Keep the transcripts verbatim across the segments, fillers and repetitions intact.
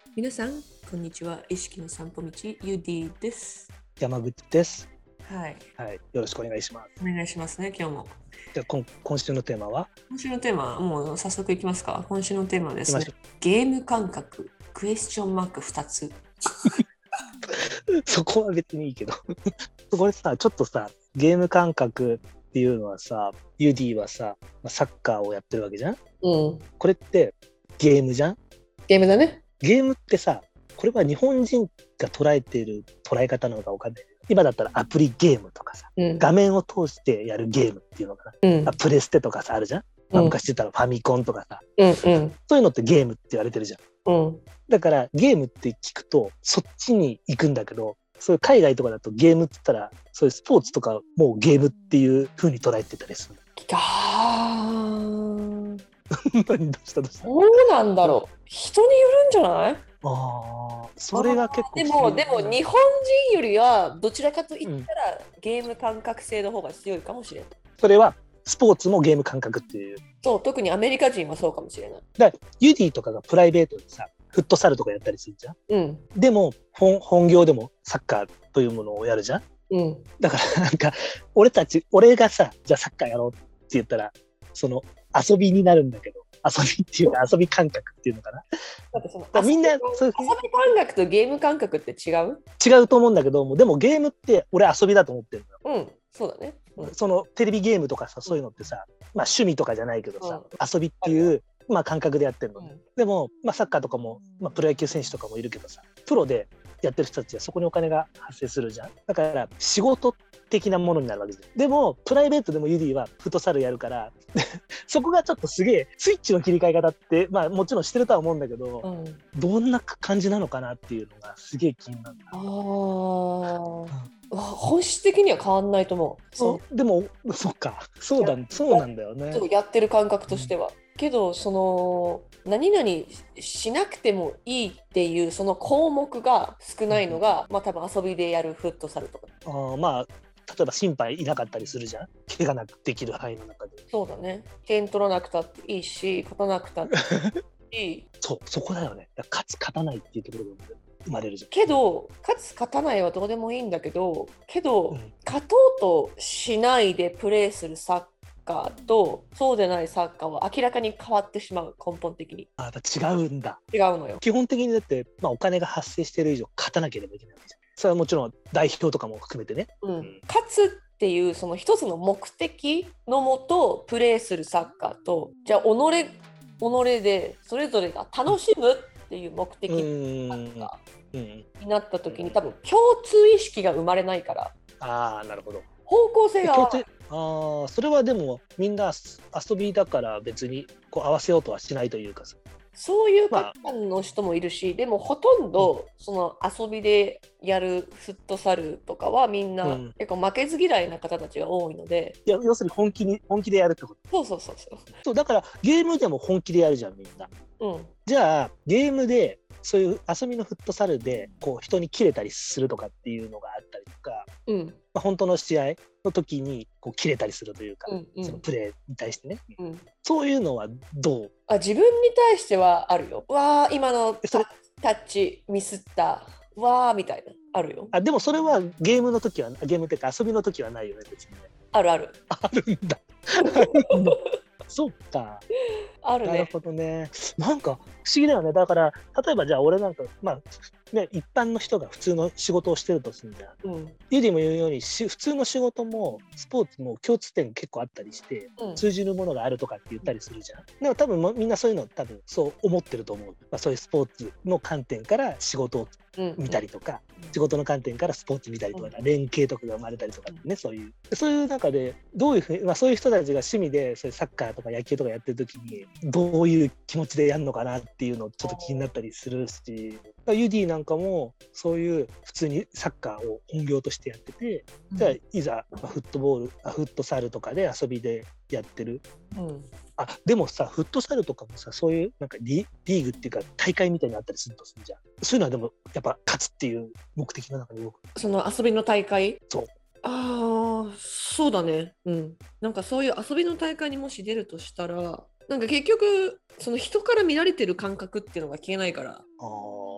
皆さん、こんにちは。意識の散歩道、ユーディー です。 山口です。 はい。 はい、よろしくお願いします。 お願いしますね、今日も。 じゃあ今、今週のテーマは今週のテーマ、もう早速いきますか。今週のテーマはですね、 行きましょゲーム感覚、クエスチョンマークふたつ。 う。そこは別にいいけど。これさ、ちょっとさ、ゲーム感覚っていうのはさ、ユーディーはさ、まあサッカーをやってるわけじゃん。 うん。 これってゲームじゃん。 ゲームだね。 ゲームってさ、これは日本人が捉えている捉え方なのかわかんない。今だったらアプリゲームとかさ、 うん。 画面を通してやるゲームっていうのかな。 うん。 あプレステとかさ、あるじゃん。まあ、昔言ったらファミコンとかさ、 うん。うん。 そういうのってゲームって言われてるじゃん。 うん。 だからゲームって聞くとそっちに行くんだけど、そういう海外とかだとゲームって言ったらそういうスポーツとかもうゲームっていう風に捉えてたりする。 あー何どうしたどうした。 どうなんだろう。人によるんじゃない？ ああ、それが結構でも、でも日本人よりはどちらかといったら、うん、ゲーム感覚性の方が強いかもしれない。 それはスポーツもゲーム感覚っていう。 そう、特にアメリカ人はそうかもしれない。 だからユディとかがプライベートでさ、フットサルとかやったりするじゃん。うん、でも本本業でもサッカーというものをやるじゃん。うん、だからなんか俺たち俺がさ、じゃあサッカーやろうって言ったらその遊びになるんだけど、遊びっていうか遊び感覚っていうのかな。 だってそのみんなそういう遊び感覚とゲーム感覚って違う？ 違うと思うんだけども、でもゲームって俺遊びだと思ってるのよ。うん、そうだね。うん、 そのテレビゲームとかさ、そういうのってさ、まあ趣味とかじゃないけどさ、うん、遊びっていう、まあ、感覚でやってるの、うん、でも、まあ、サッカーとかも、まあ、プロ野球選手とかもいるけどさ、プロでやってる人たちはそこにお金が発生するじゃん。だから仕事的なものになるわけです。でもプライベートでもユディはフットサルやるからそこがちょっとすげえスイッチの切り替え方って、まあもちろんしてるとは思うんだけど、うん、どんな感じなのかなっていうのがすげえ気になる。 あー、うん、本質的には変わんないと思う。 そうでもそっか、そうだそうなんだよね。 やってる感覚としては。うん、けどその何々しなくてもいいっていうその項目が少ないのが、うん、まあ多分遊びでやるフットサルとか。 あまあ例えば心配いなかったりするじゃん。怪我なくできる範囲の中で。 そうだね。点取らなくたっていいし、勝たなくたっていい。 そうそこだよね。勝つ勝たないっていうところが生まれるじゃん。 けど勝つ勝たないはどうでもいいんだけど、けど、うん、勝とうとしないでプレーするサッカーとそうでないサッカーは明らかに変わってしまう、根本的に。 あ、やっぱ違うんだ。 違うのよ。 基本的にだって、まあ、お金が発生している以上勝たなければいけないわけじゃん。それはもちろん代表とかも含めてね。 うんうん、勝つっていうその一つの目的のもとプレーするサッカーと、じゃあ己己でそれぞれが楽しむっていう目的のサッカーになった時に多分共通意識が生まれないから。 ああ、なるほど。 方向性が合わない。 ああ、それはでもみんな遊びだから別にこう合わせようとはしないというかさ。 そういう価値観の人もいるし、まあ、でもほとんどその遊びでやるフットサルとかはみんな結構負けず嫌いな方たちが多いので、 うん、いや要するに本気に本気でやるってこと。 そうそうそうそう。 そうだからゲームでも本気でやるじゃんみんな。うん、じゃあゲームでそういう遊びのフットサルでこう人に切れたりするとかっていうのがあったりとか、うんまあ、本当の試合の時にこう切れたりするというか、うんうん、そのプレーに対してね、うん、そういうのはどう？ あ、自分に対してはあるよ。わー今のタッチミスったわーみたいなあるよ。 あでもそれはゲームの時はゲームっていうか遊びの時はないよね別にね。 あるあるあるんだそっか。 あるね。 なるほどね。なんか不思議だよね。だから例えばじゃあ俺なんかまあね一般の人が普通の仕事をしてるとするんじゃん。うん、ユディも言うようにし普通の仕事もスポーツも共通点結構あったりして、うん、通じるものがあるとかって言ったりするじゃん。でも多分みんなそういうの多分そう思ってると思う。まあ、そういうスポーツの観点から仕事を見たりとか、うんうん、仕事の観点からスポーツ見たりとか、うん、連携とかが生まれたりとかね、そういうそういう中でどういうふうに、まあ、そういう人たちが趣味でそういうサッカーとか野球とかやってる時にどういう気持ちでやるのかなっていうのちょっと気になったりするし、ユディなんかもそういう普通にサッカーを本業としてやってて、うん、じゃあいざフットボールフットサルとかで遊びでやってる、うん、あでもさフットサルとかもさそういうなんか リ, リーグっていうか大会みたいにあったりするとするじゃん。そういうのはでもやっぱ勝つっていう目的の中に動く。 その遊びの大会？ そう。 ああそうだね。うん。なんかそういう遊びの大会にもし出るとしたらなんか結局その人から見られてる感覚っていうのが消えないから、あ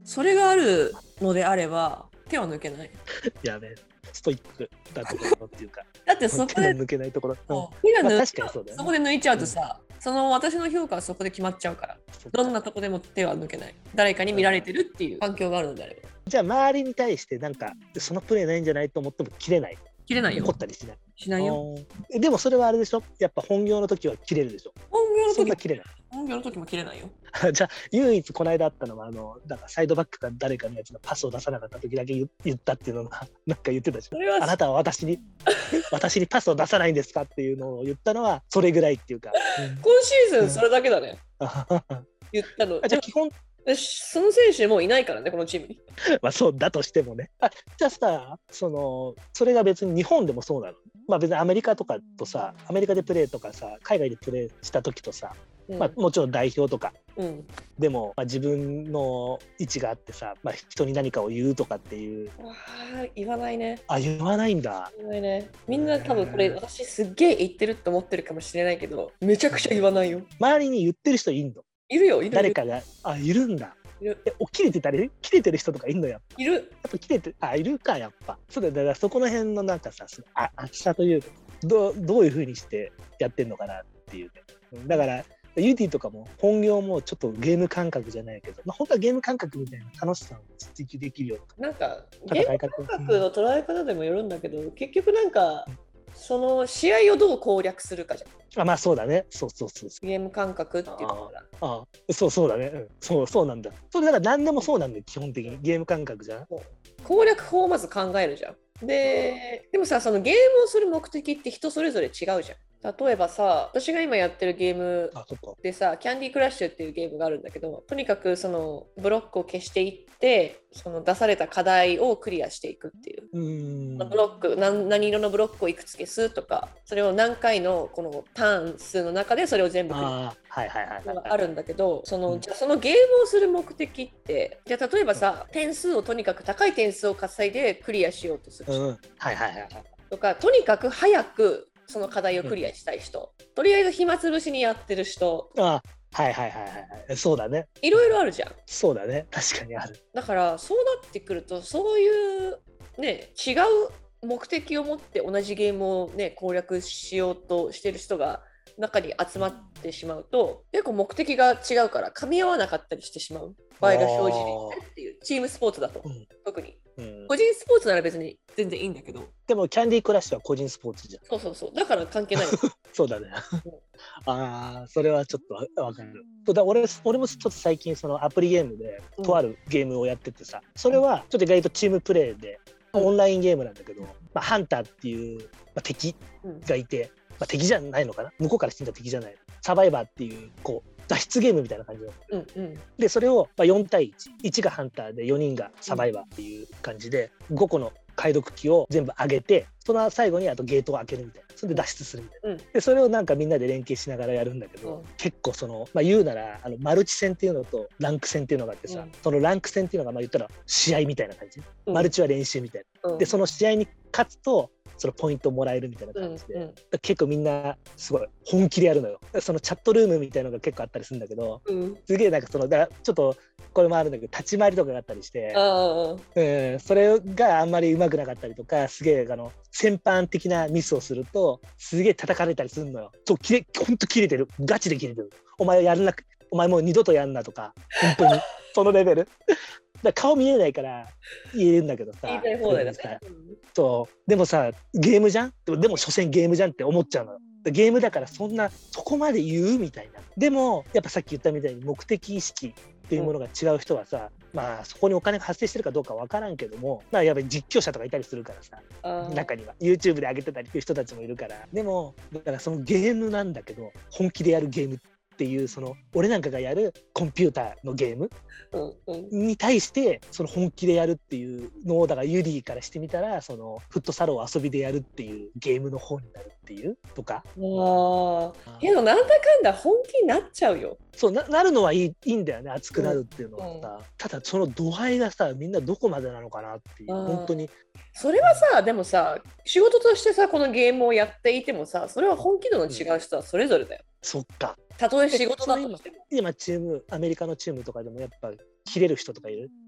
それがあるのであれば手は抜けない。 いやね、ストイックだところっていうかだってそこで手の抜けないところ、 うん手が抜、 まあ、確かにそうだよね。 そこで抜いちゃうとさ、うん、その私の評価はそこで決まっちゃうから、どんなとこでも手は抜けない。誰かに見られてるっていう環境があるのであれば。 じゃあ周りに対してなんかそのプレーないんじゃないと思っても切れない。 切れないよ。 怒ったりしない。 しないよ。 でもそれはあれでしょ、やっぱ本業の時は切れるでしょ。 本業の時は切れない。 本業の時も切れないよ。 じゃあ唯一この間あったのはあのだからサイドバックか誰かのやつのパスを出さなかった時だけ 言, 言ったっていうのがなんか言ってたでしょ。あなたは私に私にパスを出さないんですかっていうのを言ったのはそれぐらいっていうか。 今シーズンそれだけだね。言ったの。 じゃあ基本その選手もういないからねこのチームに。 まあそうだとしてもね。あじゃあさそのそれが別に日本でもそうなの。まあ別にアメリカとかとさアメリカでプレーとかさ海外でプレーした時とさ、うんまあ、もちろん代表とか、うん、でも、まあ、自分の位置があってさ、まあ、人に何かを言うとかっていう。 あ言わないね。 あ言わないんだ。 言わないね。みんな多分これ私すっげえ言ってるって思ってるかもしれないけどめちゃくちゃ言わないよ。 周りに言ってる人いんの？ いるよいる。 誰かがあいるんだ。いる。え切れてたり切れてる人とかいるのやっぱ。 いる。 やっぱ切れてあいるかやっぱ。そうだだからそこの辺のなんかさあ厚さというかどどういう風にしてやってんのかなっていう、ね、だからユーティーとかも本業もちょっとゲーム感覚じゃないけど、まあ、本当はゲーム感覚みたいな楽しさを追求できるような。 なんかゲーム感覚の捉え方でもよるんだけど、結局なんかその試合をどう攻略するかじゃん。 あまあそうだね。そうそうそうそう。 ゲーム感覚っていうのが。 ああそうそうだね、うん。そうそうなんだ。それだから何でもそうなんだよ基本的にゲーム感覚じゃん。 攻略法をまず考えるじゃん。ででもさそのゲームをする目的って人それぞれ違うじゃん。例えばさ私が今やってるゲームでさキャンディークラッシュっていうゲームがあるんだけど、とにかくそのブロックを消していってその出された課題をクリアしていくっていう。うーんブロック 何, 何色のブロックをいくつ消すとか、それを何回のこのターン数の中でそれを全部クリアあるんだけど、そのじゃあそのゲームをする目的ってじゃあ例えばさ点数をとにかく高い点数を稼いでクリアしようとする人、うん、はいはいはいとかとにかく早くその課題をクリアしたい人、うん、とりあえず暇つぶしにやってる人。 あはいはいはいはいそうだね。 いろいろあるじゃん。 そうだね確かにある。 だからそうなってくるとそういうね違う目的を持って同じゲームをね攻略しようとしてる人が中に集まってしまうと結構目的が違うから噛み合わなかったりしてしまう場合が生じるっていうチームスポーツだと、うん、特に、うん、個人スポーツなら別に全然いいんだけど、 でもキャンディークラッシュは個人スポーツじゃん。 そうそうそうだから関係ないそうだねああそれはちょっと分かる、うん、だ 俺, 俺もちょっと最近そのアプリゲームでとあるゲームをやっててさ、それはちょっと意外とチームプレーでオンラインゲームなんだけど、まあ、ハンターっていう、まあ、敵がいて、まあ、敵じゃないのかな向こうからしてみたら敵じゃないサバイバーっていうこう脱出ゲームみたいな感じの、うんうん、でそれをまあよんたいいち、いちがハンターでよにんがサバイバーっていう感じでごこの解読機を全部上げてその最後にあとゲートを開けるみたいな、それで脱出するみたいな、うん、でそれをなんかみんなで連携しながらやるんだけど、うん、結構その、まあ、言うならあのマルチ戦っていうのとランク戦っていうのがあってさ、うん、そのランク戦っていうのがまあ言ったら試合みたいな感じ、うん、マルチは練習みたいな、うん、でその試合に勝つとそのポイントをもらえるみたいな感じで、うんうん、結構みんなすごい本気でやるのよ。そのチャットルームみたいなのが結構あったりするんだけど、うん、すげえなんかそのだからちょっとこれもあるんだけど立ち回りとかがあったりして、うん、それがあんまりうまくなかったりとかすげえあの先般的なミスをするとすげえ叩かれたりするのよ。そう切れほんと切れてるガチで切れてる。お前やらなくお前もう二度とやんなとか本当にそのレベルだ顔見えないから言えるんだけどさ、言いたい放題だね。そうでもさゲームじゃん、でもでも所詮ゲームじゃんって思っちゃうのよ。ゲームだからそんなそこまで言うみたいな。でもやっぱさっき言ったみたいに目的意識っていうものが違う人はさ、うん、まあそこにお金が発生してるかどうかわからんけども、まあやっぱり実況者とかいたりするからさ、中には YouTube で上げてたりする人たちもいるから。でもだからそのゲームなんだけど本気でやるゲームっていうその俺なんかがやるコンピューターのゲームに対してその本気でやるっていうのをだからユリーからしてみたらそのフットサルを遊びでやるっていうゲームの方になるっていうとか。あけどなんだかんだ本気になっちゃうよ。 そう な, なるのはいい、いいんだよね熱くなるっていうのはさ、うんうん、ただその度合いがさみんなどこまでなのかなっていう本当に。 それはさでもさ仕事としてさこのゲームをやっていてもさそれは本気度の違う人はそれぞれだよ、うん、 そっか。 たとえ仕事だとしても今チームアメリカのチームとかでもやっぱ切れる人とかいる？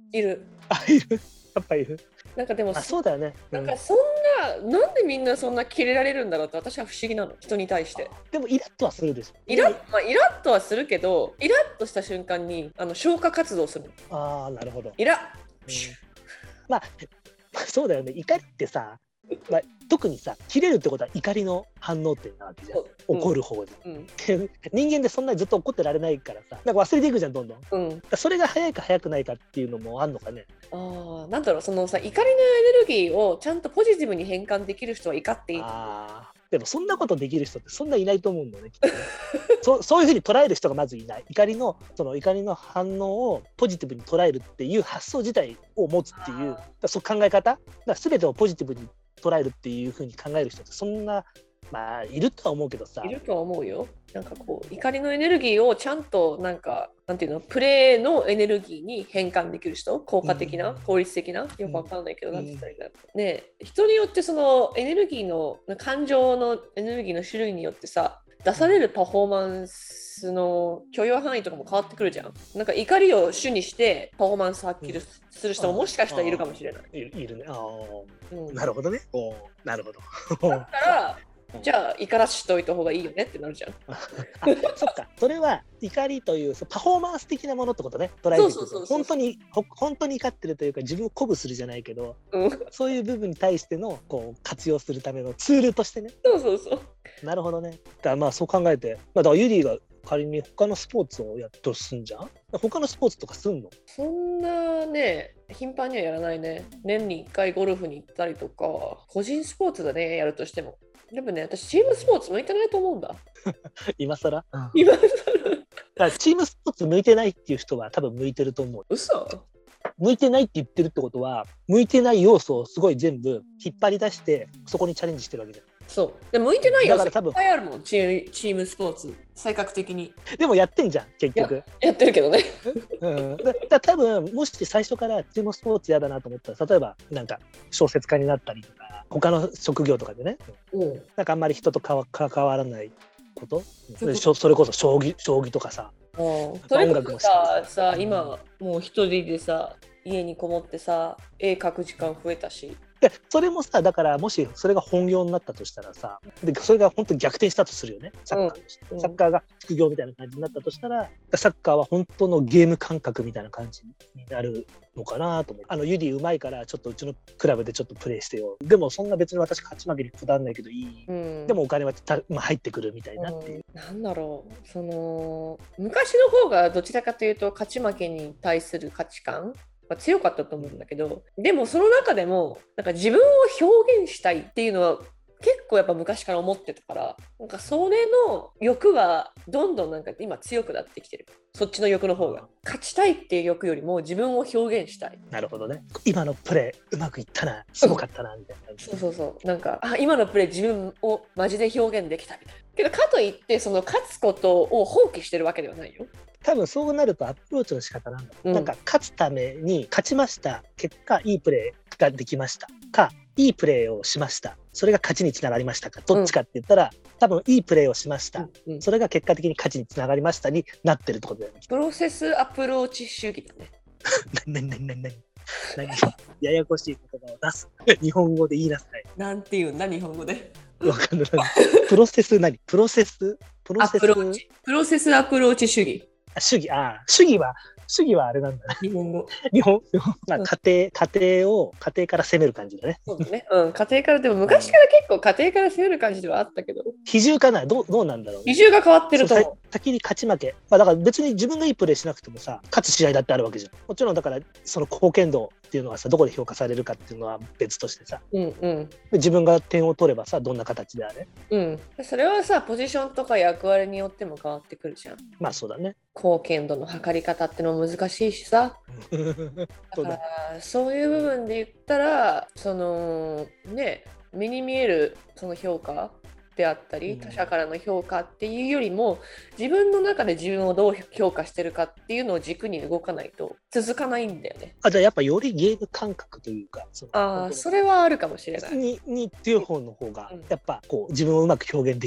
いる。 あ、いる。やっぱいる。 なんかでもあ、そうだよね。 うん、なんかそんな、なんでみんなそんなキレられるんだろうって私は不思議なの、人に対して。 でもイラッとはするでしょ。 イラッ、まあ、イラッとはするけど、イラッとした瞬間にあの消化活動する。 ああ、なるほど。 イラッ、 うん、まあそうだよね。怒りってさ、まあ、特にさ、切れるってことは怒りの反応ってなわけじゃん。怒る方で、うん、人間でそんなにずっと怒ってられないからさ、なんか忘れていくじゃん、どんどん、うん、それが早いか早くないかっていうのもあんのかね。 あ、なんだろう、そのさ、怒りのエネルギーをちゃんとポジティブに変換できる人は怒っていいと思う。 あ、でもそんなことできる人ってそんないないと思うんだよね、きっとねそ, そういうふうに捉える人がまずいない。怒りのその怒りの反応をポジティブに捉えるっていう発想自体を持つっていう、だそう考え方だ、全てをポジティブに捉えるっていうふうに考える人ってそんな、まあいるとは思うけどさ。 いるとは思うよ。なんかこう怒りのエネルギーをちゃんとなんかなんていうの、プレーのエネルギーに変換できる人、効果的な、うん、効率的な、よくわかんないけど、うん、なんて言ったらいいんだろうね。人によってそのエネルギーの感情のエネルギーの種類によってさ、出されるパフォーマンスの許容範囲とかも変わってくるじゃん。なんか怒りを主にしてパフォーマンス発揮する人ももしかしたらいるかもしれない。 いる、いるね。あ、うん、なるほどね。お、なるほど。だからじゃあ怒らしといた方がいいよねってなるじゃん。 あ、そっか、それは怒りというパフォーマンス的なものってことね。捉えていくと本当に本当に怒ってるというか、自分を鼓舞するじゃないけど、うん、そういう部分に対してのこう活用するためのツールとしてね。 そうそうそう。 なるほどね。だからまあそう考えて、まあ、だからユリーが仮に他のスポーツをやっとすんじゃん。他のスポーツとかすんの？ そんなね、頻繁にはやらないね。年にいっかいゴルフに行ったりとか、個人スポーツだね、やるとしても。でもね、私チームスポーツ向いてないと思うんだ。 今更、うん、 今更だからチームスポーツ向いてないっていう人は多分向いてると思う。 嘘？ 向いてないって言ってるってことは、向いてない要素をすごい全部引っ張り出してそこにチャレンジしてるわけじゃん。 そうで、向いてないよ。 だから多分いっぱいあるもん、チーム、チームスポーツ性格的に。 でもやってんじゃん結局。 や, やってるけどね、 うん、だ, だ多分もし最初からチームスポーツ嫌だなと思ったら、例えばなんか小説家になったりとか、他の職業とかでね、うん、なんかあんまり人と関わらないこと、うん、それこそ将棋、将棋とかさ、 それこそさ、さ今もう一人でさ家にこもってさ絵描く時間増えたし、 でそれもさ、だからもしそれが本業になったとしたらさ、でそれが本当に逆転したとするよね、サッカーとして、うん、サッカーが副業みたいな感じになったとしたら、サッカーは本当のゲーム感覚みたいな感じになるのかなと思う。あのユリうまいからちょっとうちのクラブでちょっとプレーしてよ、でもそんな別に私勝ち負けにこだわらないけどいい、うん、でもお金はた、まあ、入ってくるみたいなっていう、 うん、なんだろう、その昔の方がどちらかというと勝ち負けに対する価値観強かったと思うんだけど、でもその中でもなんか自分を表現したいっていうのは結構やっぱ昔から思ってたから、なんかそれの欲がどんどんなんか今強くなってきてる。そっちの欲の方が勝ちたいっていう欲よりも自分を表現したい。 なるほどね。今のプレーうまくいったな、すごかったなみたいな感じ。 そうそうそう、なんかあ今のプレー自分をマジで表現できたみたいな。けどかといってその勝つことを放棄してるわけではないよ。 多分そうなるとアプローチの仕方なんだ、うん、なんか勝つために勝ちました、結果いいプレーができましたか、いいプレーをしました、それが勝ちにつながりましたか、どっちかって言ったら、うん、多分いいプレーをしました、うんうん、それが結果的に勝ちにつながりましたになってるってことだよね。 プロセスアプローチ主義だね。 何何何何何ややこしい言葉を出す。日本語で言いなさい。 なんていうんだ日本語で。 わかんない。プロセス何？プロセス？プロセス？ アプローチ。プロセスアプローチ主義。 主義、ああ、主義は、主義はあれなんだね。 日本語。 日本、まあ、家庭、家庭を、家庭から攻める感じだね。 そうだね。うん、家庭から、でも昔から結構家庭から攻める感じではあったけど。 比重かな、どう、どうなんだろう、ね。 比重が変わってると思う。 先に勝ち負け。まあ、だから別に自分がいいプレーしなくてもさ、勝つ試合だってあるわけじゃん。もちろんだから、その貢献度っていうのはさ、どこで評価されるかっていうのは別としてさ。 うんうん。 自分が点を取ればさ、どんな形であれ。 うん。それはさ、ポジションとか役割によっても変わってくるじゃん。 まあそうだね。 貢献度の測り方ってのも難しいしさ。だからそういう部分で言ったら、そのね、目に見えるその評価であったり、他者からの評価っていうよりも、自分の中で自分をどう評価してるかっていうのを軸に動かないと続かないんだよね。 あ、じゃあやっぱよりゲーム感覚というか、 そああ、それはあるかもしれない。 にに強い方の方がやっぱこう自分をうまく表現できて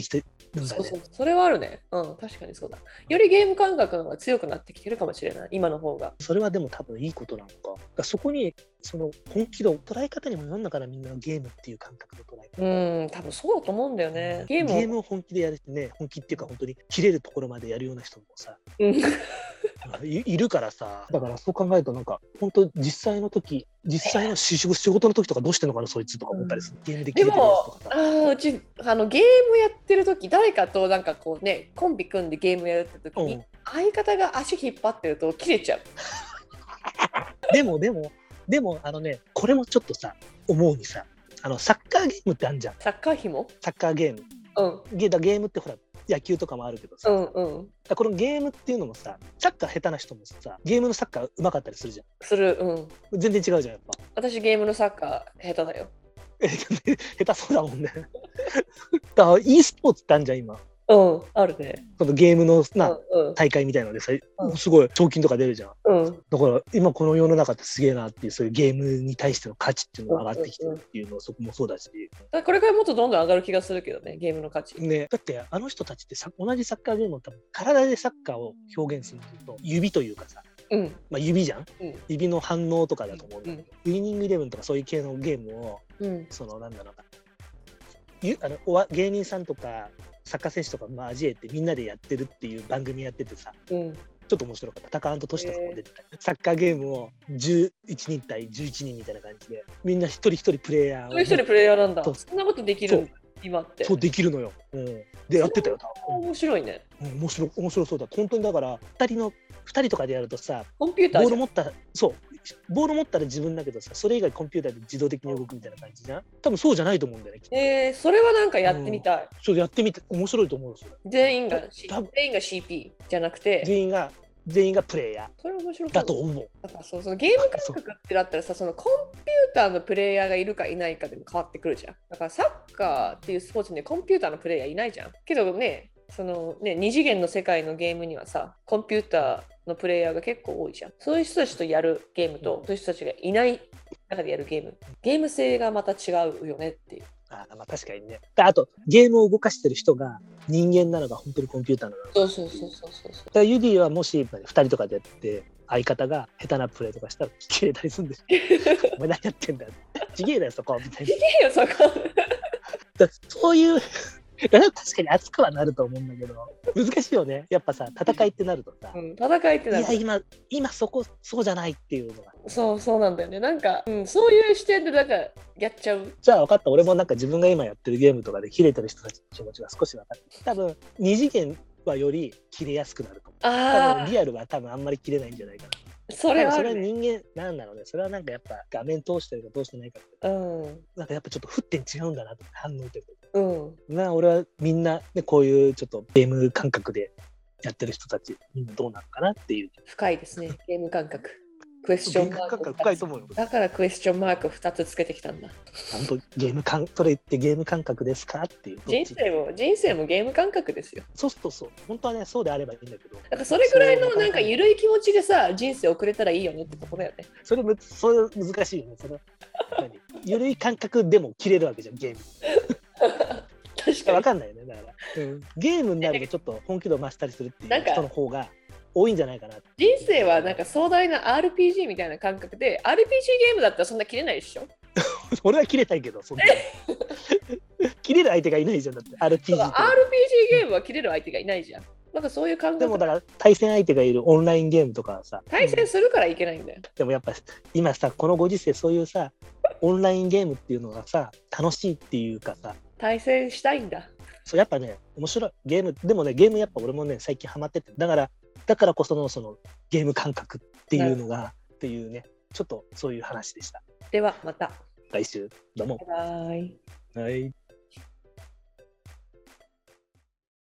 るんだね。 そうそう、それはあるね。うん、確かにそうだ。よりゲーム感覚の方が強くなってきてるかもしれない、今の方が。 それはでも多分いいことなのか。だからそこにその本気度、捉え方にもよるのかな、みんなのゲームっていう感覚の捉え方。 うん、多分そうだと思うんだよね。 ゲームをゲームを本気でやるね、本気っていうか本当に切れるところまでやるような人もさ、 うん、 い, いるからさ。だからそう考えるとなんか本当実際の時、実際の仕事の時とかどうしてんのかなそいつとか思ったりする。うん、ゲームで切れてるやつとかさ。 でもあうちあのゲームやってる時、誰かとなんかこうねコンビ組んでゲームやるって時に、うん、相方が足引っ張ってると切れちゃう。 でもでもでもあのね、これもちょっとさ思うにさ、あのサッカーゲームってあるじゃん。 サッカーひも？ サッカーゲーム。 うん。 ゲ, ゲームってほら野球とかもあるけどさ、 うんうん、 このゲームっていうのもさ、サッカー下手な人もさ、ゲームのサッカー上手かったりするじゃん。 する、うん。 全然違うじゃん、やっぱ。 私ゲームのサッカー下手だよ。 下手そうだもんね。だから e スポーツってあるじゃん、今。 うん、あるね。 このゲームのな、 うんうん、 大会みたいなのでさ、 うん、 すごい賞金とか出るじゃん。 うん、 だから今この世の中ってすげえなっていう、そういうゲームに対しての価値っていうのが上がってきてるっていうのはそこもそうだし、 だこれからもっとどんどん上がる気がするけどね、ゲームの価値。 ね、だってあの人たちってさ、同じサッカーゲームを多分体でサッカーを表現すると指というかさ、 うんまあ、指じゃん、 うん、 指の反応とかだと思うんだけど、うん、ウィニングイレブンとかそういう系のゲームを、 うん、 そのなんだろうな、あのお芸人さんとかサッカー選手とか交えてみんなでやってるっていう番組やっててさ、うん、ちょっと面白かった。タカアンドトシとかも出てた。サッカーゲームをじゅういちにん対じゅういちにんみたいな感じで、みんな一人一人プレイヤーを。 一人一人プレイヤーなんだ。そんなことできるんだ今って。 そうできるのよ。うん、でやってたよ。 面白いね。 うん、面白い面白そうだ。本当にだからふたりのふたりとかでやるとさ、 コンピューターボール持ったそうボール持ったら自分だけどさ、それ以外コンピューターで自動的に動くみたいな感じじゃん。多分そうじゃないと思うんだよね。 えー、それはなんかやってみたい。うん、 そうやってみて面白いと思うよ。それ全員が全員が シーピー じゃなくて全員が全員がプレイヤー。 それ面白いだと思う。 だからそうそのゲーム感覚ってなったらさ、そのコンピューターのプレイヤーがいるかいないかでも変わってくるじゃん。だからサッカーっていうスポーツにコンピューターのプレイヤーいないじゃん。けどね、そのね二次元の世界のゲームにはさ、コンピューターのプレイヤーが結構多いじゃん。そういう人たちとやるゲームと、うん、そういう人たちがいない中でやるゲーム、ゲーム性がまた違うよねっていう。 あまあ確かにね。あとゲームを動かしてる人が人間なのか本当にコンピューターなのか。 そうそうそうそうそう。だからユディはもしふたりとかでやって相方が下手なプレーとかしたら切れたりするんですよ。お前何やってんだよ。ちげえだよそこみたいな。 ちげえよそこ。 だそういう確かに熱くはなると思うんだけど難しいよね。やっぱさ戦いってなるとさ、 うん、戦いってなる。 いや今今そこそうじゃないっていうのが。 そうそうなんだよね。なんか、うん、そういう視点でなんかやっちゃう。 じゃあ分かった。俺もなんか自分が今やってるゲームとかで切れてる人たちの気持ちが少し分かる。多分二次元はより切れやすくなると思う。 あ多分リアルは多分あんまり切れないんじゃないかな。 それは、ね、 それは人間なんだろうね。それはなんかやっぱ画面通してるか通してないかって、 うん、 なんかやっぱちょっと沸点違うんだなと反応ってる。 うん、 な俺はみんな、ね、こういうちょっとゲーム感覚でやってる人たちみんなどうなのかなっていう。 深いですねゲーム感覚。クエスチョンマーク深いと思うよ。 だからクエスチョンマークふたつつけてきたんだ。 本当ゲーム感それってゲーム感覚ですかっていう。 人生も人生もゲーム感覚ですよ。 そうそうそう。本当はねそうであればいいんだけど。 だからそれぐらいのなんか緩い気持ちでさ人生送れたらいいよねってとこだよね。 それむそれ難しいよね。それ何緩い感覚でも切れるわけじゃんゲーム。 確かに分かんないよねだから、うん、ゲームになるとちょっと本気度増したりするっていう人の方が多いんじゃないかな。 人生はなんか壮大な アールピージー みたいな感覚で アールピージー ゲームだったらそんな切れないでしょ。 俺は切れたいけどそんな切れる相手がいないじゃんだって アールピージー って。 アールピージー ゲームは切れる相手がいないじゃん。なんかそういう感覚。 でもだから対戦相手がいるオンラインゲームとかはさ対戦するからいけないんだよ、うん、 でもやっぱ今さこのご時世そういうさオンラインゲームっていうのがさ楽しいっていうかさ対戦したいんだ。 そうやっぱね面白いゲームでもねゲームやっぱ俺もね最近ハマっててだからだからこそのそのゲーム感覚っていうのがっていうねちょっとそういう話でした。 ではまた来週どうも。 バイバイ。 はい。